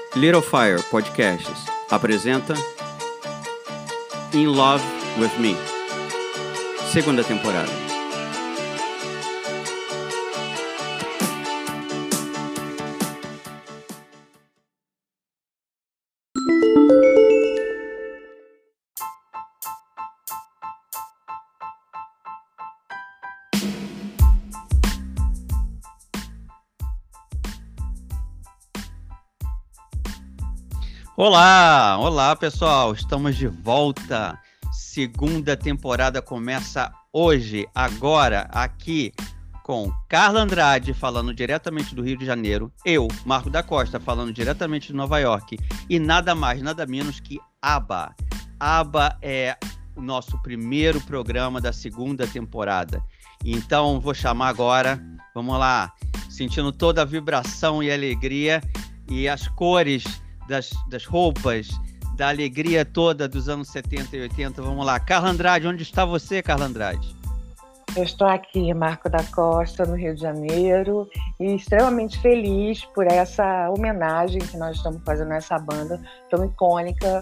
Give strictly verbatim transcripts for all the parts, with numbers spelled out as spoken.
Little Fire Podcasts apresenta In Love With Me, segunda temporada. Olá, olá pessoal, estamos de volta. Segunda temporada começa hoje, agora, aqui com Carla Andrade falando diretamente do Rio de Janeiro, eu, Marco da Costa, falando diretamente de Nova York e nada mais, nada menos que ABBA. ABBA é o nosso primeiro programa da segunda temporada. Então vou chamar agora, vamos lá, sentindo toda a vibração e alegria e as cores Das, das roupas, da alegria toda dos anos setenta e oitenta. Vamos lá. Carla Andrade, onde está você, Carla Andrade? Eu estou aqui, Marco da Costa, no Rio de Janeiro, e extremamente feliz por essa homenagem que nós estamos fazendo a essa banda tão icônica.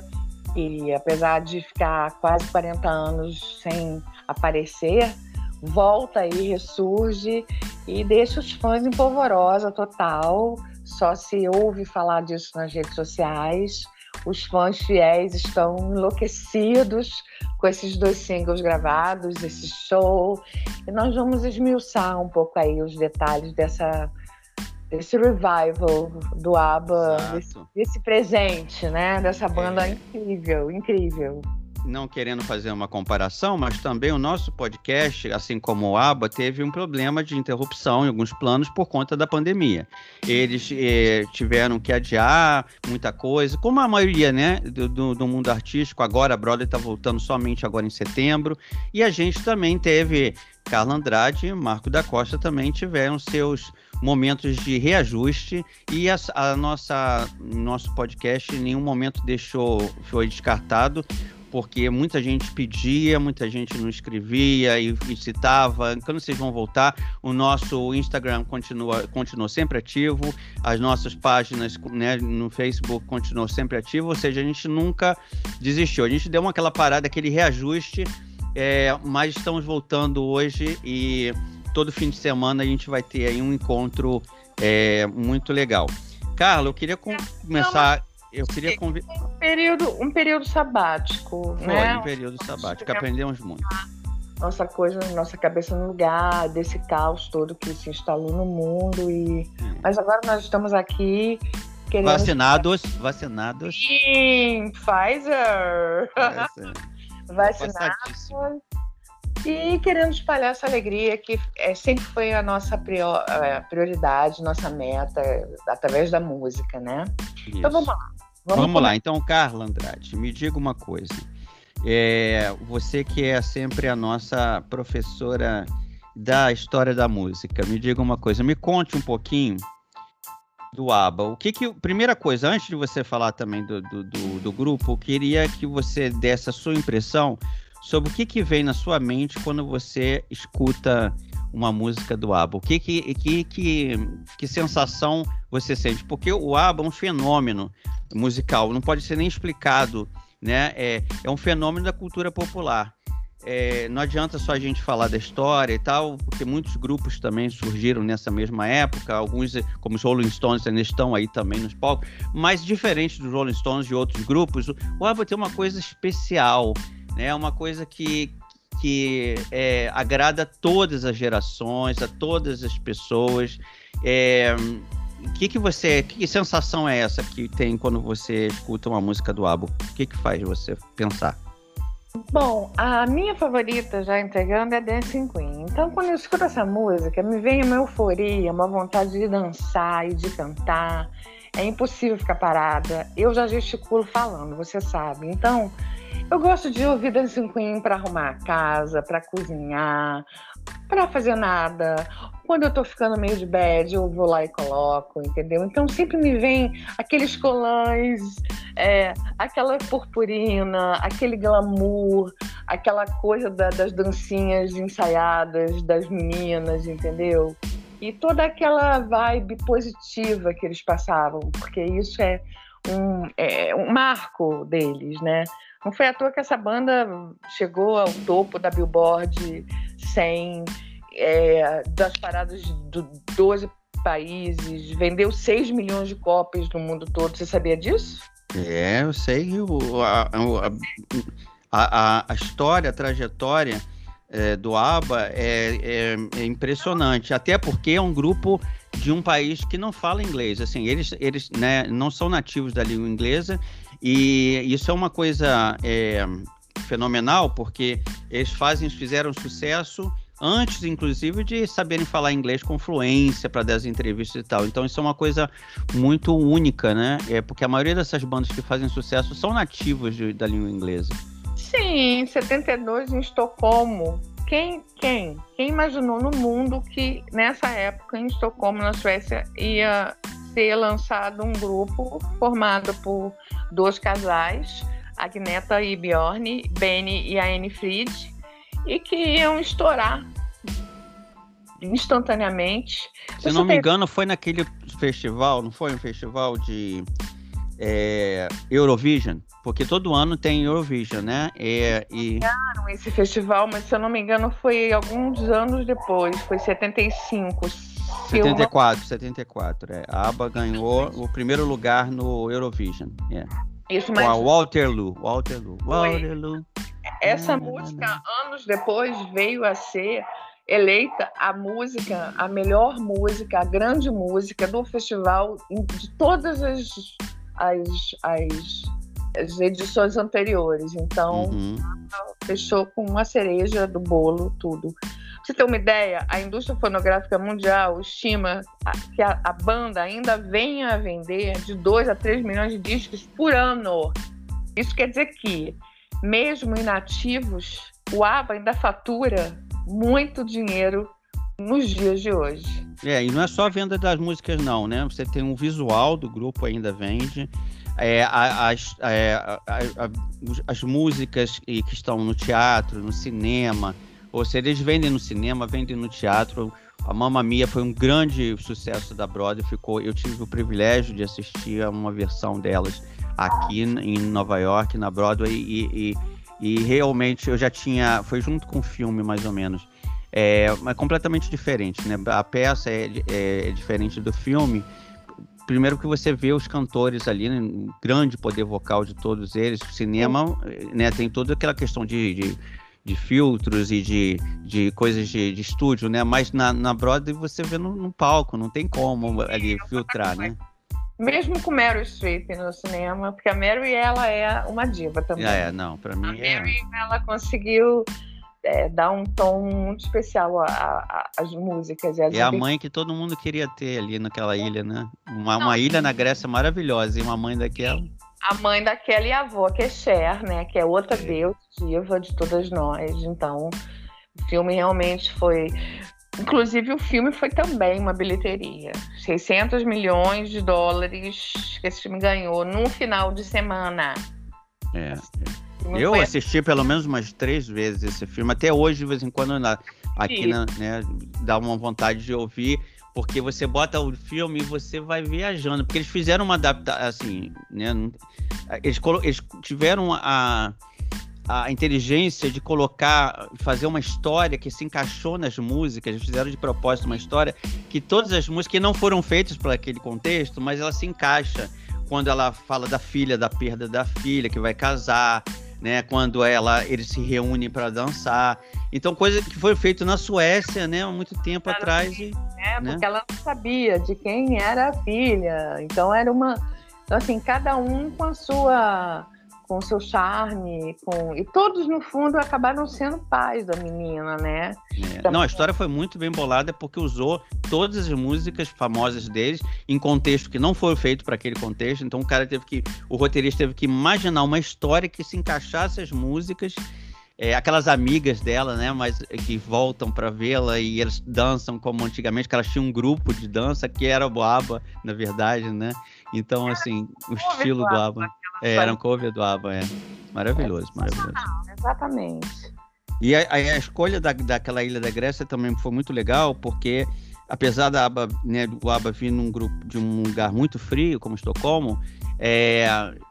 E apesar de ficar quase quarenta anos sem aparecer, volta aí, ressurge e deixa os fãs em polvorosa total. Só se ouve falar disso nas redes sociais. Os fãs fiéis estão enlouquecidos com esses dois singles gravados, esse show. E nós vamos esmiuçar um pouco aí os detalhes dessa, desse revival do ABBA, desse, desse presente, né? Dessa banda é. incrível, incrível. Não querendo fazer uma comparação, mas também o nosso podcast, assim como o ABBA, teve um problema de interrupção em alguns planos por conta da pandemia. Eles eh, tiveram que adiar muita coisa, como a maioria, né, do, do mundo artístico. Agora a Broadway está voltando somente agora em setembro. E a gente também teve, Carla Andrade e Marco da Costa também tiveram seus momentos de reajuste e a, a nossa, nosso podcast em nenhum momento deixou, foi descartado, porque muita gente pedia, muita gente não escrevia e, e citava. Quando vocês vão voltar, o nosso Instagram continua, continua sempre ativo, as nossas páginas, né, no Facebook continuam sempre ativo, ou seja, a gente nunca desistiu. A gente deu uma, aquela parada, aquele reajuste, é, mas estamos voltando hoje e todo fim de semana a gente vai ter aí um encontro é, muito legal. Carla, eu queria com- começar... Eu queria convidar... Um período, um período sabático, Foi, né? um período sabático, aprendemos muito. Nossa coisa, nossa cabeça no lugar, desse caos todo que se instalou no mundo. E... Hum. Mas agora nós estamos aqui querendo... Vacinados, vacinados. Sim, Pfizer! Pfizer. Vacinados. E querendo espalhar essa alegria que é, sempre foi a nossa prior, a prioridade, nossa meta, através da música, né? Isso. Então vamos lá. Vamos, vamos lá. Então, Carla Andrade, me diga uma coisa. É, você que é sempre a nossa professora da história da música, me diga uma coisa, me conte um pouquinho do ABBA. O que que, primeira coisa, antes de você falar também do, do, do, do grupo, eu queria que você desse a sua impressão sobre o que que vem na sua mente quando você escuta uma música do ABBA. O que que, que, que, que sensação você sente? Porque o ABBA é um fenômeno musical, não pode ser nem explicado, né? É, é um fenômeno da cultura popular. É, não adianta só a gente falar da história e tal, porque muitos grupos também surgiram nessa mesma época, alguns, como os Rolling Stones, ainda estão aí também nos palcos, mas diferente dos Rolling Stones e outros grupos, o ABBA tem uma coisa especial, né? Uma coisa que, que é, agrada a todas as gerações, a todas as pessoas. É, que que você, que sensação é essa que tem quando você escuta uma música do ABBA? O que que faz você pensar? Bom, a minha favorita, já entregando, é Dancing Queen. Então, quando eu escuto essa música, me vem uma euforia, uma vontade de dançar e de cantar. É impossível ficar parada. Eu já gesticulo falando, você sabe. Então, eu gosto de ouvir Dancing Queen para arrumar a casa, para cozinhar, para fazer nada. Quando eu tô ficando meio de bad, eu vou lá e coloco, entendeu? Então sempre me vem aqueles colãs, é, aquela purpurina, aquele glamour, aquela coisa da, das dancinhas ensaiadas das meninas, entendeu? E toda aquela vibe positiva que eles passavam, porque isso é um, é, um marco deles, né? Não foi à toa que essa banda chegou ao topo da Billboard cem, é, das paradas de doze países, vendeu seis milhões de cópias no mundo todo. Você sabia disso? É, eu sei. O, a, a, a, a história, a trajetória é, do ABBA é, é, é impressionante. Até porque é um grupo de um país que não fala inglês. Assim, eles, eles né, não são nativos da língua inglesa. E isso é uma coisa é, fenomenal, porque eles fazem, fizeram sucesso antes, inclusive, de saberem falar inglês com fluência para dar as entrevistas e tal. Então isso é uma coisa muito única, né? É porque a maioria dessas bandas que fazem sucesso são nativas de, da língua inglesa. Sim, em setenta e dois, em Estocolmo. Quem, quem? Quem imaginou no mundo que nessa época, em Estocolmo, na Suécia, ia ser lançado um grupo formado por dois casais, Agneta e Bjorn, Benny e a Anne Frid, e que iam estourar instantaneamente. Se não me engano, foi naquele festival, não foi um festival de é, Eurovision? Porque todo ano tem Eurovision, né? É, e... esse festival, mas se eu não me engano foi alguns anos depois, foi setenta e cinco. setenta e quatro, setenta e quatro, é. A ABBA ganhou o primeiro lugar no Eurovision. É. Isso, mas... Com a Waterloo, Waterloo, Waterloo. Essa ah, música, não, não. anos depois, veio a ser eleita a música, a melhor música, a grande música do festival de todas as, as, as, as edições anteriores. Então, uhum. fechou com uma cereja do bolo, tudo. Pra você ter uma ideia, a indústria fonográfica mundial estima que a, a banda ainda venha a vender de dois a três milhões de discos por ano. Isso quer dizer que, mesmo inativos, o ABBA ainda fatura muito dinheiro nos dias de hoje. É, e não é só a venda das músicas não, né? Você tem um visual do grupo, ainda vende. É, as, é, a, a, as músicas que estão no teatro, no cinema, ou seja, eles vendem no cinema, vendem no teatro. A Mamma Mia foi um grande sucesso da Broadway. Ficou, eu tive o privilégio de assistir a uma versão delas aqui em Nova York, na Broadway, e, e, e realmente eu já tinha, foi junto com o filme mais ou menos, é, mas completamente diferente, né? A peça é, é, é diferente do filme. Primeiro que você vê os cantores ali, né? Um grande poder vocal de todos eles. O cinema, né, tem toda aquela questão de, de, de filtros e de, de coisas de, de estúdio, né? Mas na, na Broadway você vê no, no palco, não tem como ali filtrar, né? Mesmo com Meryl Streep no cinema, porque a Meryl, ela é uma diva também. É, é não, pra mim a é... Meryl, ela conseguiu é, dar um tom muito especial às músicas. E às é a mãe que todo mundo queria ter ali naquela ilha, né? Uma, não, uma ilha na Grécia maravilhosa, e uma mãe daquela... A mãe daquela e a avó, que é Cher, né? Que é outra é. deusa diva de todas nós. Então, o filme realmente foi... Inclusive, o filme foi também uma bilheteria. seiscentos milhões de dólares que esse filme ganhou num final de semana. É. Eu foi... assisti pelo menos umas três vezes esse filme. Até hoje, de vez em quando, na, aqui na, né, dá uma vontade de ouvir, porque você bota o filme e você vai viajando. Porque eles fizeram uma adaptação, assim, né? Eles, eles tiveram a... a inteligência de colocar, fazer uma história que se encaixou nas músicas. Eles fizeram de propósito uma história que todas as músicas não foram feitas para aquele contexto, mas ela se encaixa quando ela fala da filha, da perda da filha, que vai casar, né? Quando ela, eles se reúnem para dançar. Então, coisa que foi feita na Suécia, né? Há muito tempo ela atrás. E, é, né? Porque ela não sabia de quem era a filha. Então, era uma... Então, assim, cada um com a sua... com o seu charme, com... e todos, no fundo, acabaram sendo pais da menina, né? É. Então, não, a história foi muito bem bolada porque usou todas as músicas famosas deles em contexto que não foi feito para aquele contexto, então o cara teve que, o roteirista teve que imaginar uma história que se encaixasse as músicas, é, aquelas amigas dela, né, mas que voltam para vê-la e eles dançam como antigamente, que elas tinham um grupo de dança que era o ABBA, na verdade, né? Então, assim, o estilo do ABBA... É, era um cover do ABBA, é. Maravilhoso, é maravilhoso. Exatamente. E a, a escolha da, daquela ilha da Grécia também foi muito legal, porque apesar da ABBA, né, do ABBA vir num grupo de um lugar muito frio, como Estocolmo, é,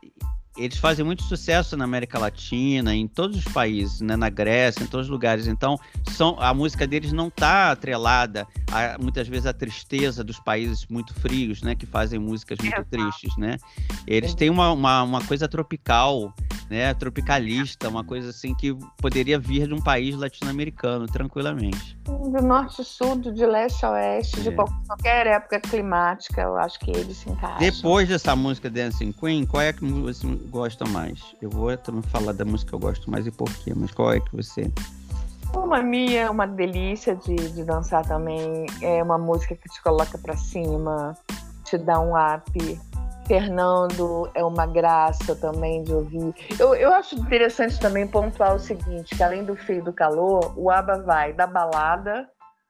eles fazem muito sucesso na América Latina, em todos os países, né, na Grécia, em todos os lugares. Então, são, a música deles não está atrelada, a, muitas vezes, à tristeza dos países muito frios, né, que fazem músicas muito é, tristes, né? Eles têm uma, uma, uma coisa tropical, né, tropicalista, uma coisa assim que poderia vir de um país latino-americano, tranquilamente. Do norte e sul, de leste a oeste, é. de qualquer época climática, eu acho que eles se encaixam. Depois dessa música Dancing Queen, qual é que você gosta mais? Eu vou também falar da música que eu gosto mais e por quê, mas qual é que você... Uma minha é uma delícia de, de dançar também, é uma música que te coloca pra cima, te dá um up. Fernando é uma graça também de ouvir. Eu, eu acho interessante também pontuar o seguinte, que além do frio e do calor, o ABBA vai da balada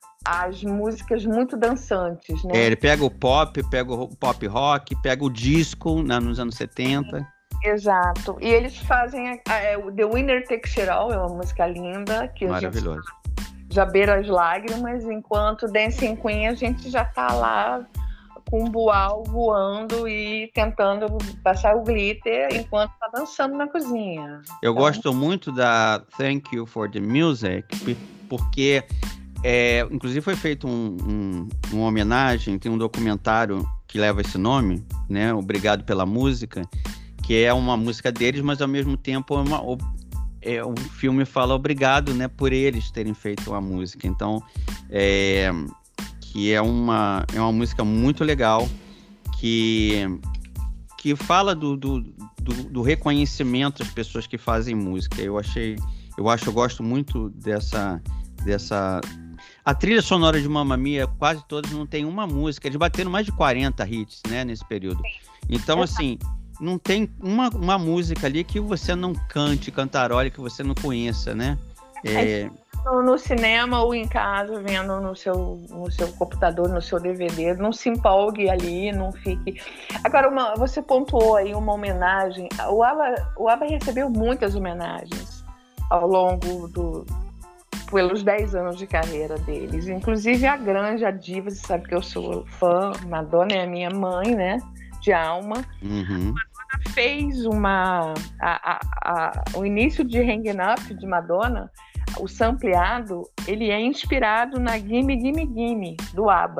às músicas muito dançantes, né? É, ele pega o pop, pega o pop rock, pega o disco né, nos anos setenta. Exato. E eles fazem a, a, The Winner Takes It All, é uma música linda. Que maravilhosa. A gente já beira as lágrimas, enquanto Dancing Queen a gente já tá lá com um bual voando e tentando passar o glitter enquanto tá dançando na cozinha. Eu então... gosto muito da Thank You for the Music, porque é, inclusive foi feito um, um, uma homenagem, tem um documentário que leva esse nome, né? Obrigado pela Música, que é uma música deles, mas ao mesmo tempo é uma, é, o filme fala obrigado, né, por eles terem feito a música. Então, é... que é uma, é uma música muito legal, que, que fala do, do, do, do reconhecimento das pessoas que fazem música. Eu achei, eu acho, eu gosto muito dessa, dessa... A trilha sonora de Mamma Mia, quase todas não tem uma música. Eles bateram mais de quarenta hits, né, nesse período. Então, assim, não tem uma, uma música ali que você não cante, cantarole, que você não conheça, né? É... No, no cinema ou em casa, vendo no seu, no seu computador, no seu D V D, não se empolgue ali, não fique... Agora, uma, você pontuou aí uma homenagem. O ABBA, o ABBA recebeu muitas homenagens ao longo do... pelos dez anos de carreira deles. Inclusive a grande, a diva, você sabe que eu sou fã, Madonna é a minha mãe, né? De alma. Uhum. Madonna fez uma... A, a, a, o início de Hanging Up, de Madonna... O sampleado, ele é inspirado na Gimme, Gimme, Gimme, do ABBA.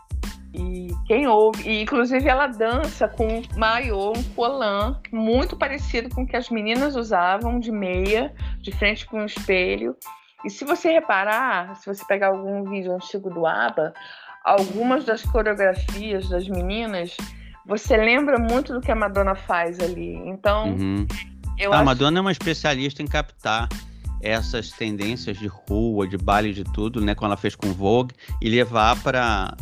E quem ouve... E, inclusive, ela dança com um maiô, um colã, muito parecido com o que as meninas usavam, de meia, de frente com um espelho. E se você reparar, se você pegar algum vídeo antigo do ABBA, algumas das coreografias das meninas, você lembra muito do que a Madonna faz ali. Então, uhum. eu a acho... Madonna é uma especialista em captar essas tendências de rua, de baile, de tudo, né, quando ela fez com Vogue, e levar para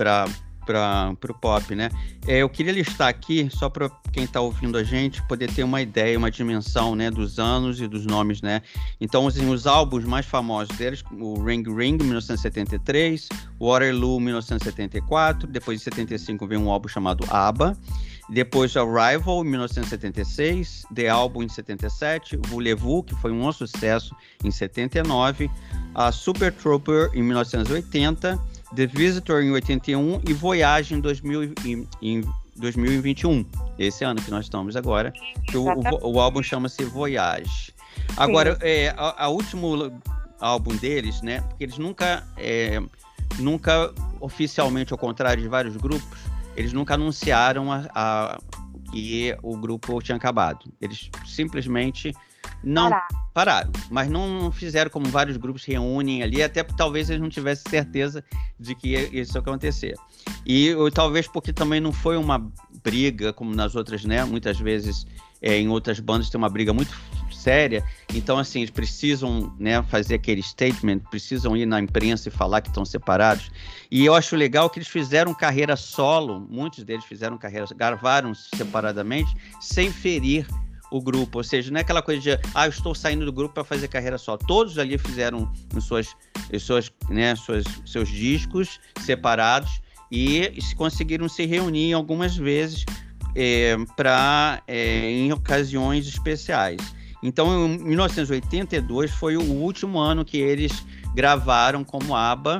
para o pop, né? É, eu queria listar aqui, só para quem está ouvindo a gente poder ter uma ideia, uma dimensão, né, dos anos e dos nomes, né? Então, assim, os álbuns mais famosos deles, o Ring Ring, mil novecentos e setenta e três, Waterloo, mil novecentos e setenta e quatro, depois de setenta e cinco vem um álbum chamado ABBA, depois Arrival, em mil novecentos e setenta e seis, The Album, em setenta e sete, Voulez-Vous, que foi um sucesso, em setenta e nove, a Super Trooper, em mil novecentos e oitenta, The Visitor, em oitenta e um, e Voyage, em, dois mil e, em dois mil e vinte e um, esse ano que nós estamos agora, que o, o, o álbum chama-se Voyage. Agora, é, a, a último álbum deles, né, porque eles nunca, é, nunca oficialmente, ao contrário de vários grupos, eles nunca anunciaram a, a, que o grupo tinha acabado. Eles simplesmente não pararam. pararam, mas não fizeram como vários grupos reúnem ali, até porque talvez eles não tivessem certeza de que isso ia acontecer. E ou, talvez porque também não foi uma briga, como nas outras, né? Muitas vezes é, em outras bandas tem uma briga muito séria, então assim, eles precisam, né, fazer aquele statement, precisam ir na imprensa e falar que estão separados, e eu acho legal que eles fizeram carreira solo, muitos deles fizeram carreira, gravaram separadamente, sem ferir o grupo, ou seja, não é aquela coisa de, ah, eu estou saindo do grupo para fazer carreira solo, todos ali fizeram as suas, as suas, né, suas, seus discos separados, e conseguiram se reunir algumas vezes é, pra, é, em ocasiões especiais. Então, em mil novecentos e oitenta e dois foi o último ano que eles gravaram como ABBA,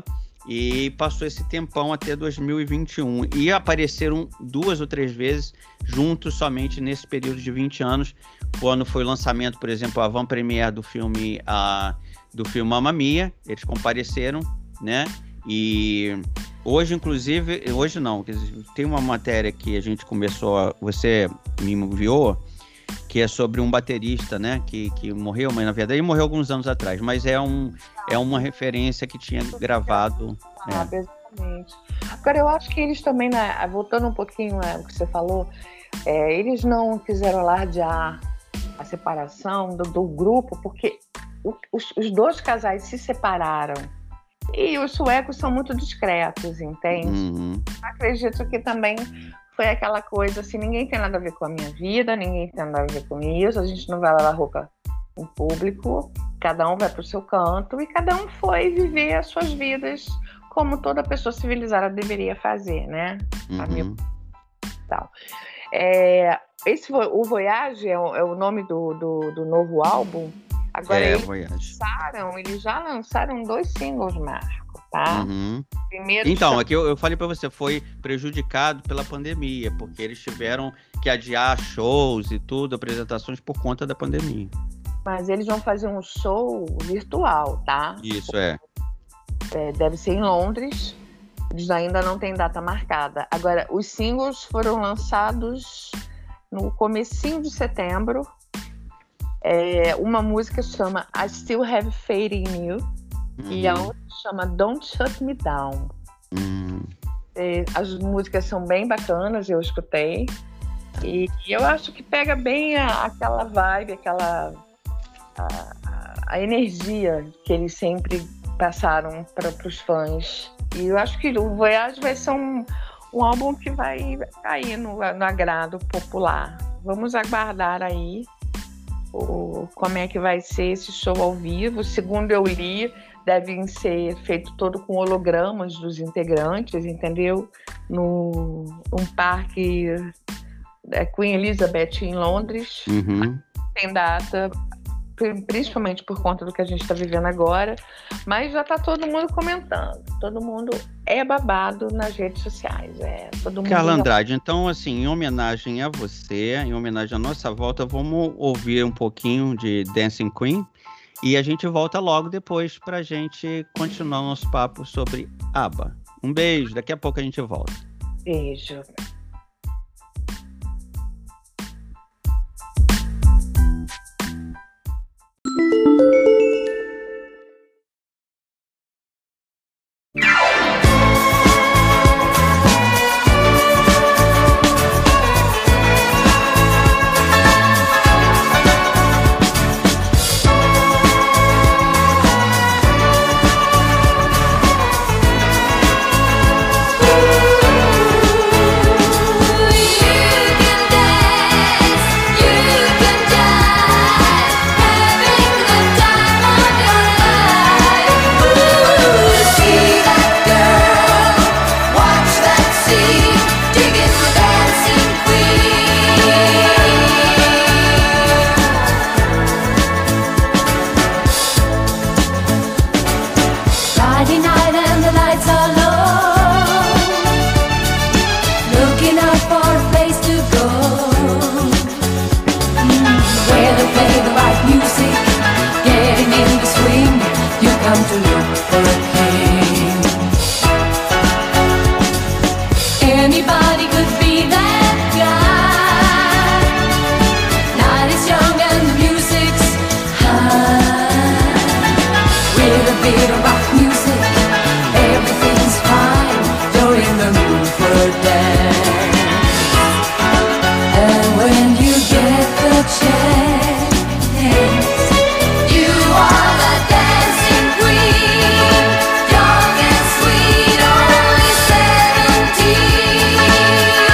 e passou esse tempão até dois mil e vinte e um. E apareceram duas ou três vezes juntos somente nesse período de vinte anos, quando foi o lançamento, por exemplo, a avant-première do filme, a, do filme Mamma Mia, eles compareceram, né? E hoje, inclusive, hoje não, tem uma matéria que a gente começou, a, você me enviou, que é sobre um baterista, né, que, que morreu, mas na verdade ele morreu alguns anos atrás, mas é, um, é uma referência que tinha gravado. Ah, é. Exatamente. Agora, eu acho que eles também, né, voltando um pouquinho ao que você falou, é, eles não quiseram alardear a separação do, do grupo, porque o, os, os dois casais se separaram. E os suecos são muito discretos, entende? Uhum. Acredito que também foi aquela coisa assim, ninguém tem nada a ver com a minha vida, ninguém tem nada a ver com isso, a gente não vai lavar roupa em público, cada um vai para o seu canto e cada um foi viver as suas vidas como toda pessoa civilizada deveria fazer, né? Uhum. A minha... Tal. É, esse, o Voyage é o, é o nome do, do, do novo álbum. Agora, é, eles, Voyage. lançaram, eles já lançaram dois singles, Marco, tá? Uhum. Primeiro então, chama... aqui eu, eu falei para você, foi prejudicado pela pandemia, porque eles tiveram que adiar shows e tudo, apresentações por conta da pandemia. Mas eles vão fazer um show virtual, tá? Isso, é. é deve ser em Londres, eles ainda não têm data marcada. Agora, os singles foram lançados no comecinho de setembro. É, uma música chama I Still Have Faith in You, uhum. E a outra chama Don't Shut Me Down. Uhum. É, as músicas são bem bacanas, eu escutei. E, e eu acho que pega bem a, aquela vibe, aquela a, a, a energia que eles sempre passaram para os fãs. E eu acho que o Voyage vai ser um, um álbum que vai cair no, no agrado popular. Vamos aguardar aí o, como é que vai ser esse show ao vivo. Segundo eu li, devem ser feito todo com hologramas dos integrantes, entendeu? No um parque da Queen Elizabeth em Londres. Uhum. Tem data, principalmente por conta do que a gente está vivendo agora, mas já está todo mundo comentando, todo mundo é babado nas redes sociais. É, todo mundo Carla já... Andrade, então assim, em homenagem a você, em homenagem à nossa volta, vamos ouvir um pouquinho de Dancing Queen e a gente volta logo depois para a gente continuar o nosso papo sobre ABBA. Um beijo, daqui a pouco a gente volta. Beijo. Young and sweet, only seventeen.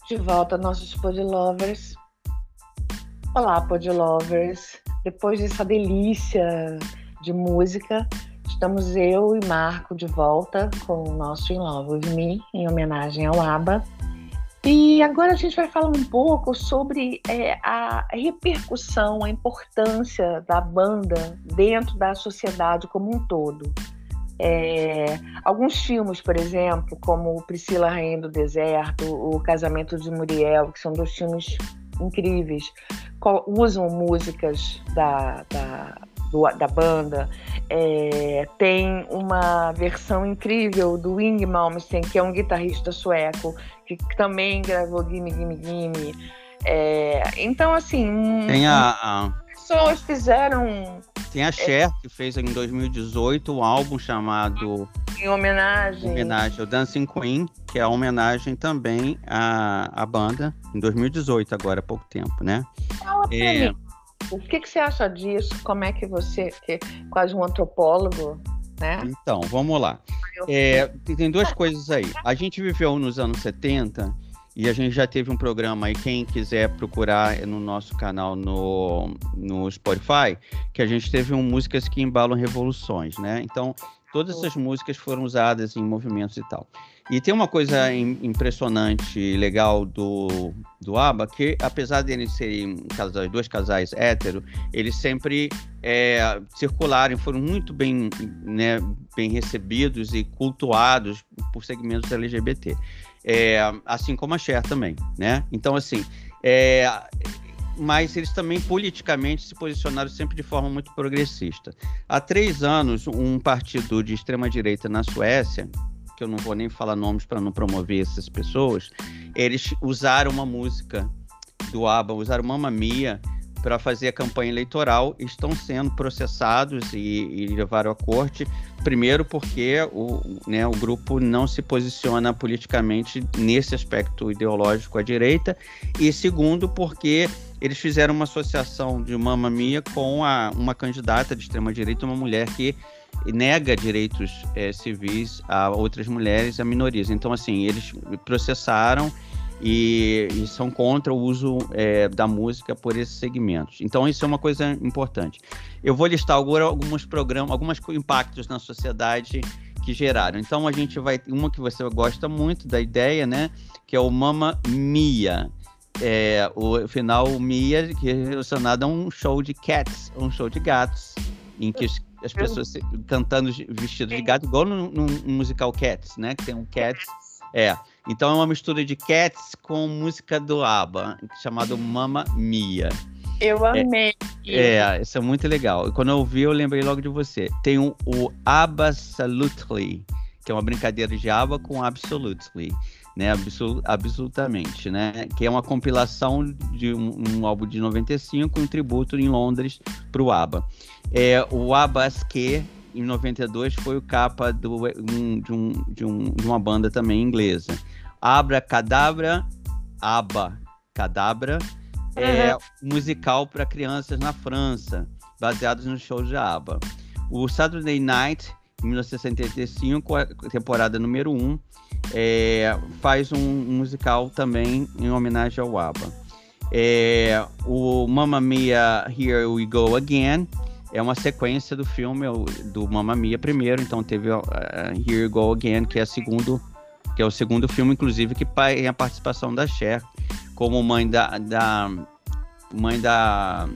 De volta, nossos Podlovers. Olá, Podlovers. Depois dessa delícia de música, estamos eu e Marco de volta com o nosso In Love With Me, em homenagem ao ABBA. E agora a gente vai falar um pouco sobre é, a repercussão, a importância da banda dentro da sociedade como um todo. É, alguns filmes, por exemplo, como Priscila Rainha do Deserto, O Casamento de Muriel, que são dois filmes incríveis, usam músicas da, da, do, da banda. É, tem uma versão incrível do Yngwie Malmsteen, que é um guitarrista sueco, que, que também gravou Gimme, Gimme, Gimme. É, então, assim, tem a, a... pessoas fizeram... Tem a Cher, que fez em dois mil e dezoito um álbum chamado... Em homenagem. Homenagem ao Dancing Queen, que é a homenagem também à, à banda, em dois mil e dezoito, agora há pouco tempo, né? Fala pra é... mim, o que, que você acha disso? Como é que você, que é quase um antropólogo, né? Então, vamos lá. É, tem duas coisas aí. A gente viveu nos anos setenta... E a gente já teve um programa aí, quem quiser procurar no nosso canal no, no Spotify, que a gente teve um músicas que embalam revoluções, né? Então, todas essas músicas foram usadas em movimentos e tal. E tem uma coisa impressionante e legal do, do ABBA, que apesar de eles serem casais, dois casais héteros, eles sempre é, circularam, foram muito bem, né, bem recebidos e cultuados por segmentos L G B T. É, assim como a Cher também, né? Então, assim, é, mas eles também politicamente se posicionaram sempre de forma muito progressista. Há três anos, um partido de extrema-direita na Suécia, que eu não vou nem falar nomes para não promover essas pessoas, eles usaram uma música do ABBA, usaram Mamma Mia para fazer a campanha eleitoral, estão sendo processados e, e levaram à corte, primeiro porque o, né, o grupo não se posiciona politicamente nesse aspecto ideológico à direita, e segundo porque eles fizeram uma associação de Mamma Mia com a, uma candidata de extrema-direita, uma mulher que nega direitos é, civis a outras mulheres e a minorias. Então, assim, eles processaram E, e são contra o uso é, da música por esses segmentos. Então isso é uma coisa importante. Eu vou listar agora alguns programas, alguns impactos na sociedade que geraram. Então a gente vai, uma que você gosta muito da ideia, né, que é o Mamma Mia. É, o final Mia, que é relacionado a um show de cats, um show de gatos, em que as, as pessoas cantando vestidos de gato, igual no, no musical Cats, né, que tem um Cats. É, então é uma mistura de Cats com música do ABBA, chamado Mamma Mia. Eu amei. É, é, isso é muito legal. Quando eu ouvi, eu lembrei logo de você. Tem o, o Absolutely, que é uma brincadeira de ABBA com Absolutely, né? Absol, absolutamente, né? Que é uma compilação de um, um álbum de noventa e cinco, um tributo em Londres para o ABBA. É, o ABBA-ske, em noventa e dois, foi o capa do, um, de, um, de, um, de uma banda também inglesa. Abracadabra, Abba Cadabra, uhum. É musical para crianças na França, baseados no show de ABBA. O Saturday Night, em mil novecentos e sessenta e cinco, a temporada número um, é, faz um musical também em homenagem ao ABBA. É, o Mamma Mia, Here We Go Again, é uma sequência do filme, do Mamma Mia primeiro, então teve uh, Here You Go Again, que é, a segundo, que é o segundo filme, inclusive, que tem a participação da Cher, como mãe da, da mãe da,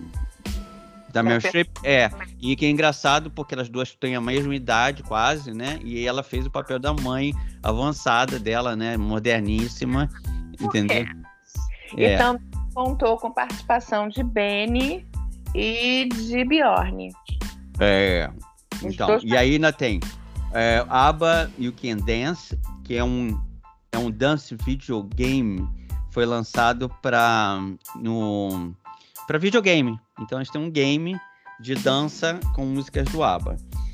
da Meryl Streep. É, e que é engraçado, porque elas duas têm a mesma idade, quase, né? E ela fez o papel da mãe avançada dela, né? Moderníssima, entendeu? É. Então, contou com participação de Benny e de Bjorn. É, então, e aí ainda tem é, ABBA You Can Dance, que é um, é um dance video game, foi lançado para no para videogame. Então a gente tem um game de dança com músicas do ABBA.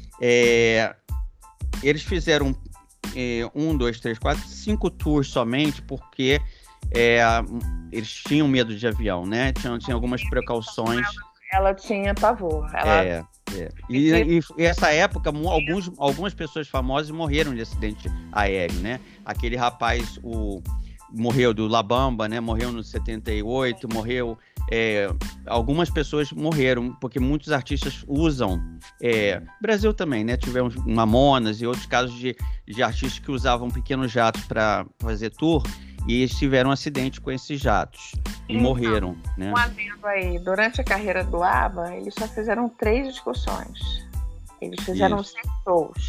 É, eles fizeram é, um, dois, três, quatro, cinco tours somente, porque é, eles tinham medo de avião, né? Tinham, tinham algumas precauções. Ela tinha pavor. Ela... É, é. E, e, e essa época, alguns, algumas pessoas famosas morreram de acidente aéreo, né? Aquele rapaz, o morreu do La Bamba, né? Morreu no setenta e oito, morreu... É, algumas pessoas morreram, porque muitos artistas usam... É, Brasil também, né? Tivemos Mamonas e outros casos de, de artistas que usavam pequenos jatos para fazer tour e eles tiveram um acidente com esses jatos e então, morreram, né? Um adendo aí. Durante a carreira do ABBA, eles só fizeram três excursões. Eles fizeram seis shows.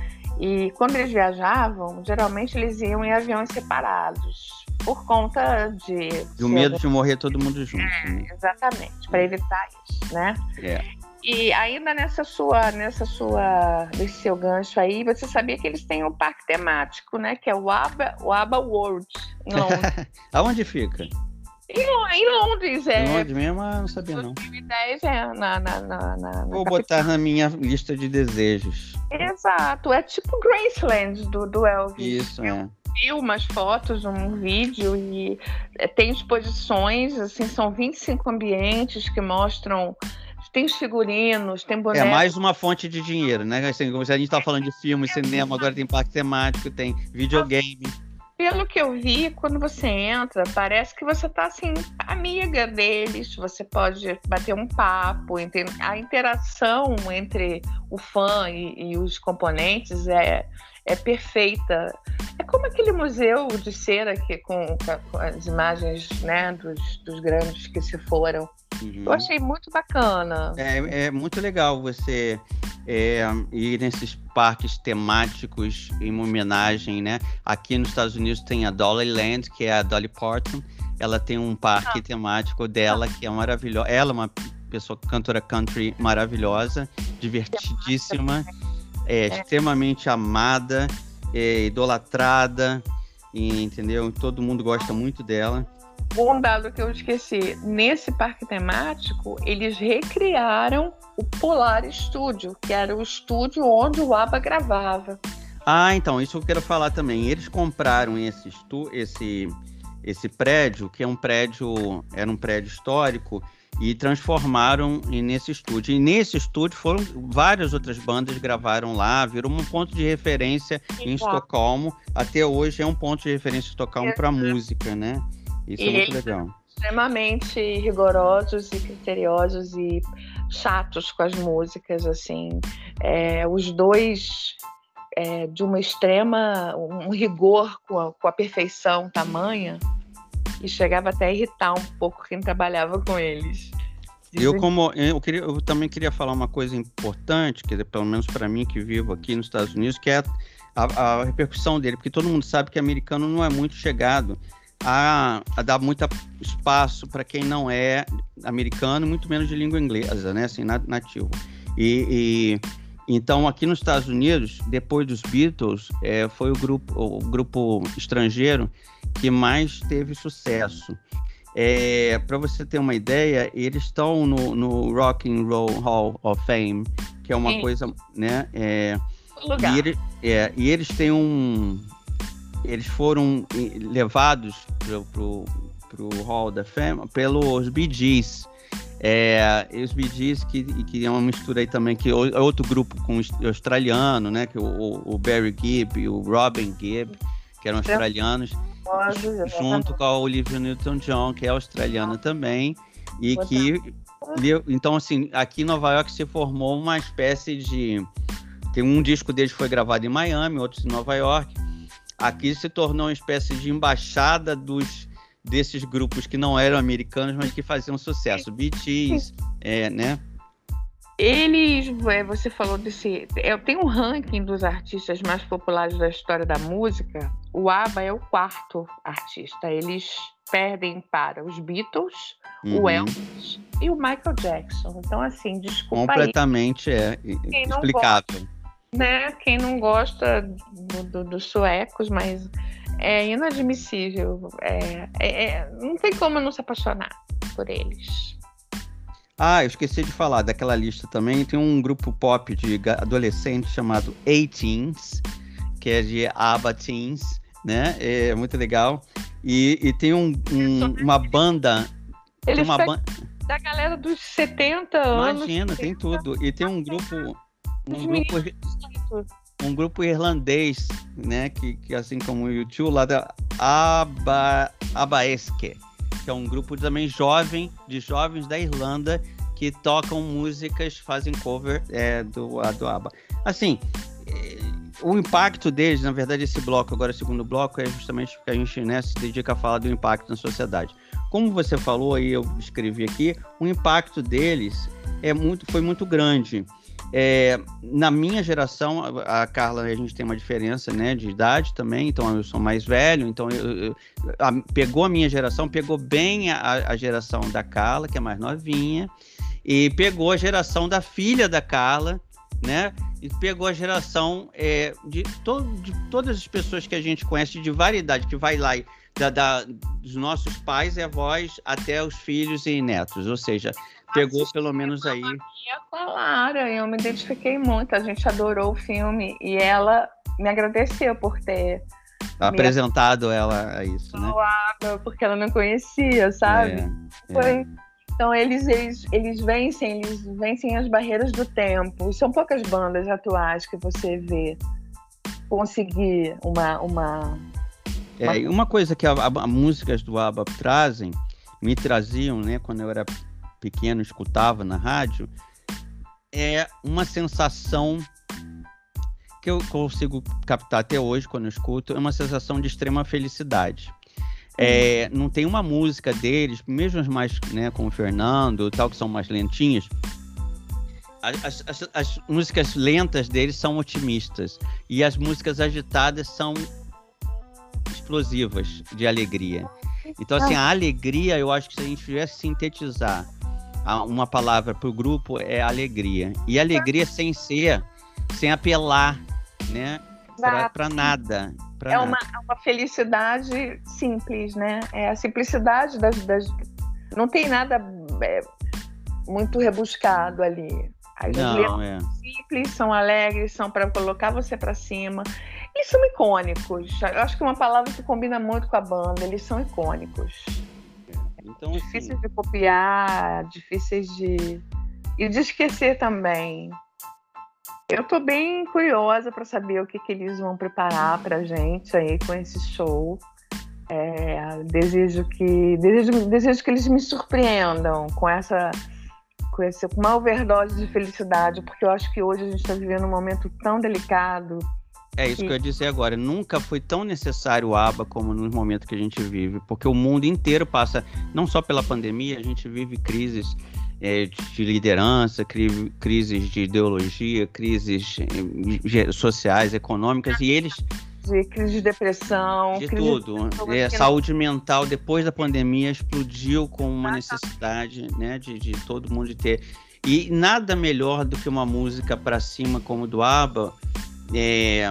E quando eles viajavam, geralmente eles iam em aviões separados, por conta de... Do medo de morrer todo mundo junto. É, né? Exatamente, para evitar isso, né? É. E ainda nessa sua, nessa sua, nesse seu gancho aí, você sabia que eles têm um parque temático, né? Que é o ABBA, o ABBA World, em Londres. Aonde fica? Em, em Londres, é. Em Londres mesmo? Ah, não sabia não. dois mil e dez, é, na, na, na, na Vou na botar na minha lista de desejos. Exato, é tipo Graceland do, do Elvis. Isso, é. Vi umas fotos, um vídeo e tem exposições, assim, são vinte e cinco ambientes que mostram, tem os figurinos, tem bonecos. É mais uma fonte de dinheiro, né? Assim, a gente está falando de filme, cinema, agora tem parque temático, tem videogame. Pelo que eu vi, quando você entra, parece que você está assim, amiga deles, você pode bater um papo, a interação entre o fã e, e os componentes é, é perfeita. É como aquele museu de cera que, com, com as imagens, né, dos, dos grandes que se foram. Uhum. Eu achei muito bacana. É, é muito legal você é, ir nesses parques temáticos em uma homenagem, né? Aqui nos Estados Unidos tem a Dollyland, que é a Dolly Parton. Ela tem um parque ah. temático dela que é maravilhoso. Ela é uma pessoa, cantora country maravilhosa, divertidíssima, é, é. extremamente amada, é, idolatrada, e, entendeu? Todo mundo gosta muito dela. Um dado que eu esqueci, nesse parque temático, eles recriaram o Polar Studio, que era o estúdio onde o ABBA gravava. Ah, então, isso eu quero falar também. Eles compraram esse, estu... esse, esse prédio, que é um prédio, era um prédio histórico, e transformaram nesse estúdio. E nesse estúdio foram várias outras bandas gravaram lá, virou um ponto de referência em Exato. Estocolmo. Até hoje é um ponto de referência em Estocolmo para música, né? Isso e é muito legal. Extremamente rigorosos e criteriosos e chatos com as músicas, assim. É, os dois é, de uma extrema, um rigor com a, com a perfeição tamanha, que chegava até a irritar um pouco quem trabalhava com eles. Eu, como, eu, queria, eu também queria falar uma coisa importante, que pelo menos para mim que vivo aqui nos Estados Unidos, que é a, a, a repercussão dele, porque todo mundo sabe que americano não é muito chegado A, a dar muito espaço para quem não é americano, muito menos de língua inglesa, né, assim, nativo. E, e então aqui nos Estados Unidos, depois dos Beatles, é, foi o grupo, o grupo estrangeiro que mais teve sucesso. É, para você ter uma ideia, eles estão no, no Rock and Roll Hall of Fame, que é uma Sim. coisa, né? É, e, ele, é, e eles têm um Eles foram levados para o Hall da Fama pelos Bee Gees. É, os Bee Gees, que, que é uma mistura aí também, que é outro grupo com australiano, né? Que o, o Barry Gibb e o Robin Gibb, que eram australianos, é. junto com a Olivia Newton-John, que é australiana também. E que, então, assim, aqui em Nova York se formou uma espécie de... Tem um disco deles que foi gravado em Miami, outros em Nova York. Aqui se tornou uma espécie de embaixada dos, desses grupos que não eram americanos, mas que faziam sucesso. Bee Gees, é, né? Eles, você falou desse... Eu tenho um ranking dos artistas mais populares da história da música. O ABBA é o quarto artista. Eles perdem para os Beatles, uhum. o Elvis e o Michael Jackson. Então, assim, desculpa Completamente aí. é explicável. Né? Quem não gosta do, do, dos suecos, mas é inadmissível. É, é, é, não tem como não se apaixonar por eles. Ah, eu esqueci de falar daquela lista também. Tem um grupo pop de adolescentes chamado A-Teens, que é de ABBA Teens, né? É muito legal. E, e tem um, um, uma banda... Eles uma ban... da galera dos setenta anos. Imagina, tem tudo. E tem um grupo... Um grupo, um grupo irlandês, né, que, que assim como o U dois, lá da Aba, Abaesque, que é um grupo também jovem, de jovens da Irlanda, que tocam músicas, fazem cover é, do, do ABBA. Assim, o impacto deles, na verdade, esse bloco, agora o segundo bloco, é justamente porque a gente, né, se dedica a falar do impacto na sociedade. Como você falou aí, eu escrevi aqui, o impacto deles é muito, foi muito grande. É, na minha geração, a Carla, a gente tem uma diferença, né, de idade também, então eu sou mais velho, então eu, eu, a, pegou a minha geração, pegou bem a, a geração da Carla, que é mais novinha, e pegou a geração da filha da Carla, né, e pegou a geração é, de, to, de todas as pessoas que a gente conhece de variedade, que vai lá e, da, da, dos nossos pais e avós até os filhos e netos, ou seja, pegou Assisti pelo menos aí. Com a Lara, eu me identifiquei muito, a gente adorou o filme e ela me agradeceu por ter apresentado me... ela a isso, né? Porque ela não conhecia, sabe? É, Foi... é. Então eles, eles, eles vencem, eles vencem as barreiras do tempo. São poucas bandas atuais que você vê conseguir uma... uma, é, uma... E uma coisa que as músicas do ABBA trazem, me traziam, né, quando eu era pequeno, escutava na rádio, é uma sensação que eu consigo captar até hoje quando eu escuto, é uma sensação de extrema felicidade. É, não tem uma música deles, mesmo as mais, né, como o Fernando, tal, que são mais lentinhas, as, as, as músicas lentas deles são otimistas e as músicas agitadas são explosivas de alegria. Então, assim, a alegria, eu acho que se a gente tivesse sintetizar uma palavra para o grupo, é alegria. E alegria sem ser, sem apelar, né, para nada. Pra é nada. Uma, uma felicidade simples, né? É a simplicidade das... das... Não tem nada é, muito rebuscado ali. As Não, é. são simples, são alegres, são para colocar você para cima. Eles são icônicos. Eu acho que é uma palavra que combina muito com a banda. Eles são icônicos. Então, assim... Difíceis de copiar, difíceis de... E de esquecer também. Eu tô bem curiosa para saber o que, que eles vão preparar pra gente aí com esse show. É, desejo, que, desejo, desejo que eles me surpreendam com essa... Com, esse, com uma overdose de felicidade, porque eu acho que hoje a gente está vivendo um momento tão delicado. É isso que eu ia dizer agora. Nunca foi tão necessário o ABBA como nos momentos que a gente vive, porque o mundo inteiro passa, não só pela pandemia, a gente vive crises é, de liderança, cri, crises de ideologia, crises é, sociais, econômicas, e eles... De crise de depressão. De crise tudo. De... É, saúde mental, depois da pandemia, explodiu com uma necessidade, né, de, de todo mundo ter... E nada melhor do que uma música pra cima como do ABBA. É,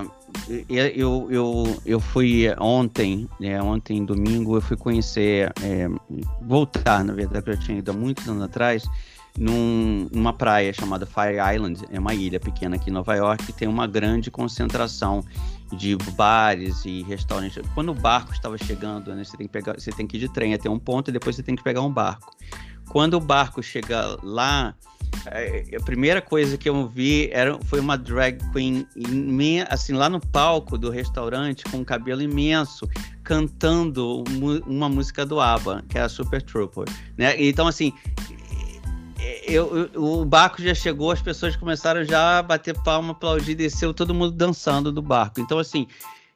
eu, eu, eu fui ontem, né, ontem domingo, eu fui conhecer, é, voltar, na verdade, eu tinha ido há muitos anos atrás, num, numa praia chamada Fire Island, é uma ilha pequena aqui em Nova York, que tem uma grande concentração de bares e restaurantes. Quando o barco estava chegando, né, você tem que pegar, você tem que ir de trem até um ponto e depois você tem que pegar um barco. Quando o barco chega lá, a primeira coisa que eu vi era, foi uma drag queen assim, lá no palco do restaurante, com um cabelo imenso, cantando uma música do ABBA, que é a Super Trooper, né? Então, assim, eu, eu, o barco já chegou, as pessoas começaram já a bater palma, aplaudir, desceu todo mundo dançando do barco. Então, assim,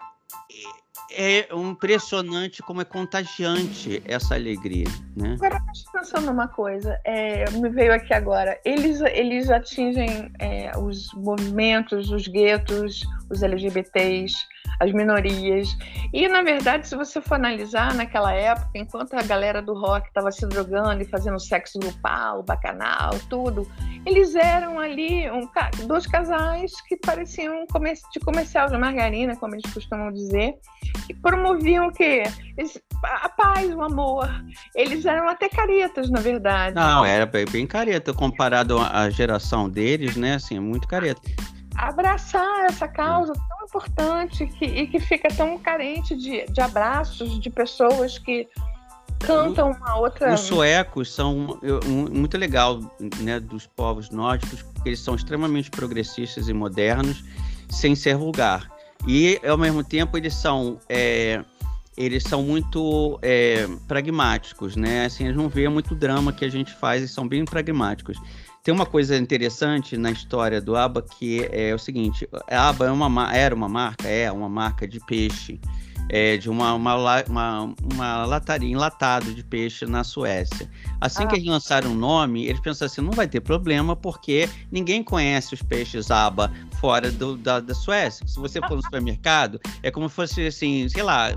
é impressionante como é contagiante essa alegria, né? Agora, eu estou pensando numa coisa, é, me veio aqui agora, eles, eles atingem é, os movimentos, os guetos, os L G B Ts, as minorias, e na verdade, se você for analisar, naquela época, enquanto a galera do rock estava se drogando e fazendo sexo grupal, bacanal, tudo, eles eram ali um, dois casais que pareciam de comercial de margarina, como eles costumam dizer, que promoviam o quê? A paz, o amor. Eles eram até caretas, na verdade. Não, era bem careta, comparado à geração deles, né? Assim, muito careta. Abraçar essa causa tão importante que, e que fica tão carente de, de abraços de pessoas que cantam uma outra... Os suecos são um, muito legal, né, dos povos nórdicos, porque eles são extremamente progressistas e modernos, sem ser vulgar. E, ao mesmo tempo, eles são, é, eles são muito é, pragmáticos, né? Assim, eles não veem muito drama que a gente faz e são bem pragmáticos. Tem uma coisa interessante na história do ABBA que é o seguinte: a ABBA é uma, era uma marca, é uma marca de peixe, é, de uma, uma, uma, uma lataria, enlatado de peixe na Suécia. Assim ah. que eles lançaram o nome, eles pensaram assim, não vai ter problema, porque ninguém conhece os peixes ABBA fora do, da, da Suécia. Se você for no supermercado, é como se fosse assim, sei lá...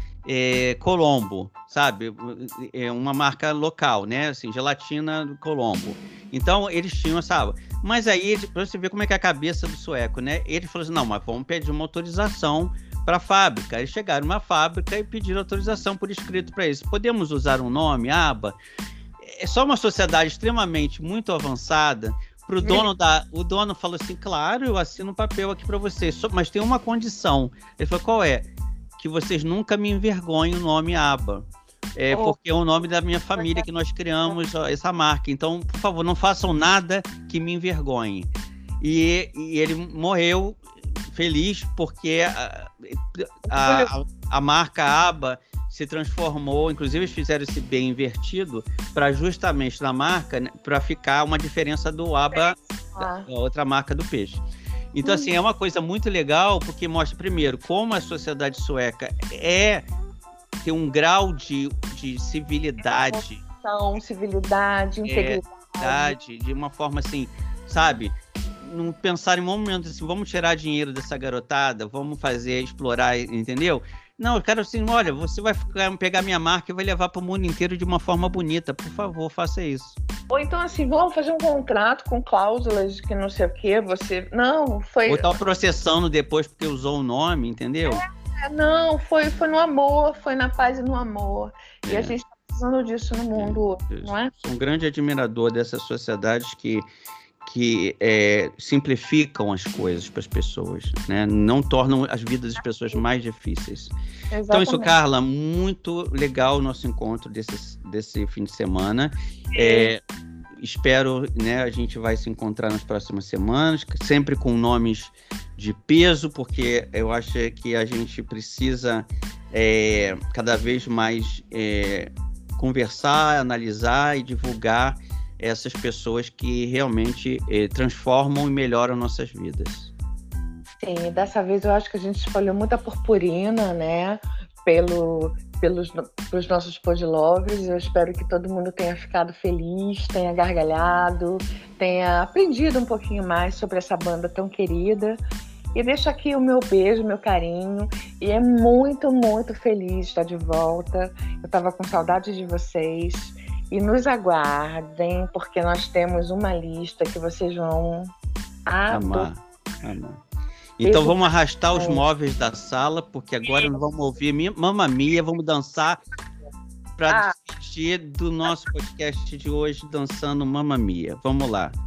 É, Colombo, sabe? É uma marca local, né? Assim, gelatina do Colombo. Então, eles tinham essa... Mas aí, pra você ver como é que é a cabeça do sueco, né? Ele falou assim, não, mas vamos pedir uma autorização para a fábrica. Eles chegaram numa fábrica e pediram autorização por escrito para eles. Podemos usar um nome, ABBA? É só uma sociedade extremamente muito avançada. Pro dono da... O dono falou assim, claro, eu assino um papel aqui para vocês, mas tem uma condição. Ele falou, qual é? Que vocês nunca me envergonhem o nome ABBA. É, oh. Porque é o nome da minha família que nós criamos essa marca. Então, por favor, não façam nada que me envergonhe. E, e ele morreu feliz porque a, a, a marca ABBA se transformou, inclusive eles fizeram esse B invertido para justamente na marca, né, para ficar uma diferença do ABBA, ah. da outra marca do peixe. Então, assim, é uma coisa muito legal, porque mostra, primeiro, como a sociedade sueca é, tem um grau de, de civilidade. Emoção, civilidade, integridade. É, de uma forma assim, sabe? Não pensar em um momento assim, vamos tirar dinheiro dessa garotada, vamos fazer, explorar, entendeu? Não, eu quero assim, olha, você vai pegar minha marca e vai levar para o mundo inteiro de uma forma bonita. Por favor, faça isso. Ou então assim, vamos fazer um contrato com cláusulas de que não sei o quê, você... Não, foi... Ou tá processando depois porque usou o nome, entendeu? É, não, foi, foi no amor, foi na paz e no amor. É. E a gente tá precisando disso no mundo, é. não é? Sou um grande admirador dessas sociedades que... que é, simplificam as coisas para as pessoas, né? Não tornam as vidas das pessoas mais difíceis. Exatamente. Então, isso, Carla, muito legal o nosso encontro desse, desse fim de semana. É, espero, né, a gente vai se encontrar nas próximas semanas, sempre com nomes de peso, porque eu acho que a gente precisa é, cada vez mais é, conversar, analisar e divulgar essas pessoas que realmente eh, transformam e melhoram nossas vidas. Sim, dessa vez eu acho que a gente escolheu muita purpurina, né, pelo, pelos, pelos nossos podlovers. Eu espero que todo mundo tenha ficado feliz, tenha gargalhado, tenha aprendido um pouquinho mais sobre essa banda tão querida. E deixo aqui o meu beijo, meu carinho. E é muito, muito feliz de estar de volta. Eu estava com saudade de vocês. E nos aguardem, porque nós temos uma lista que vocês vão amar. amar. Então Beijo. Vamos arrastar os móveis da sala, porque agora nós vamos ouvir Mamma Mia, vamos dançar para ah. desistir do nosso podcast de hoje, dançando Mamma Mia. Vamos lá.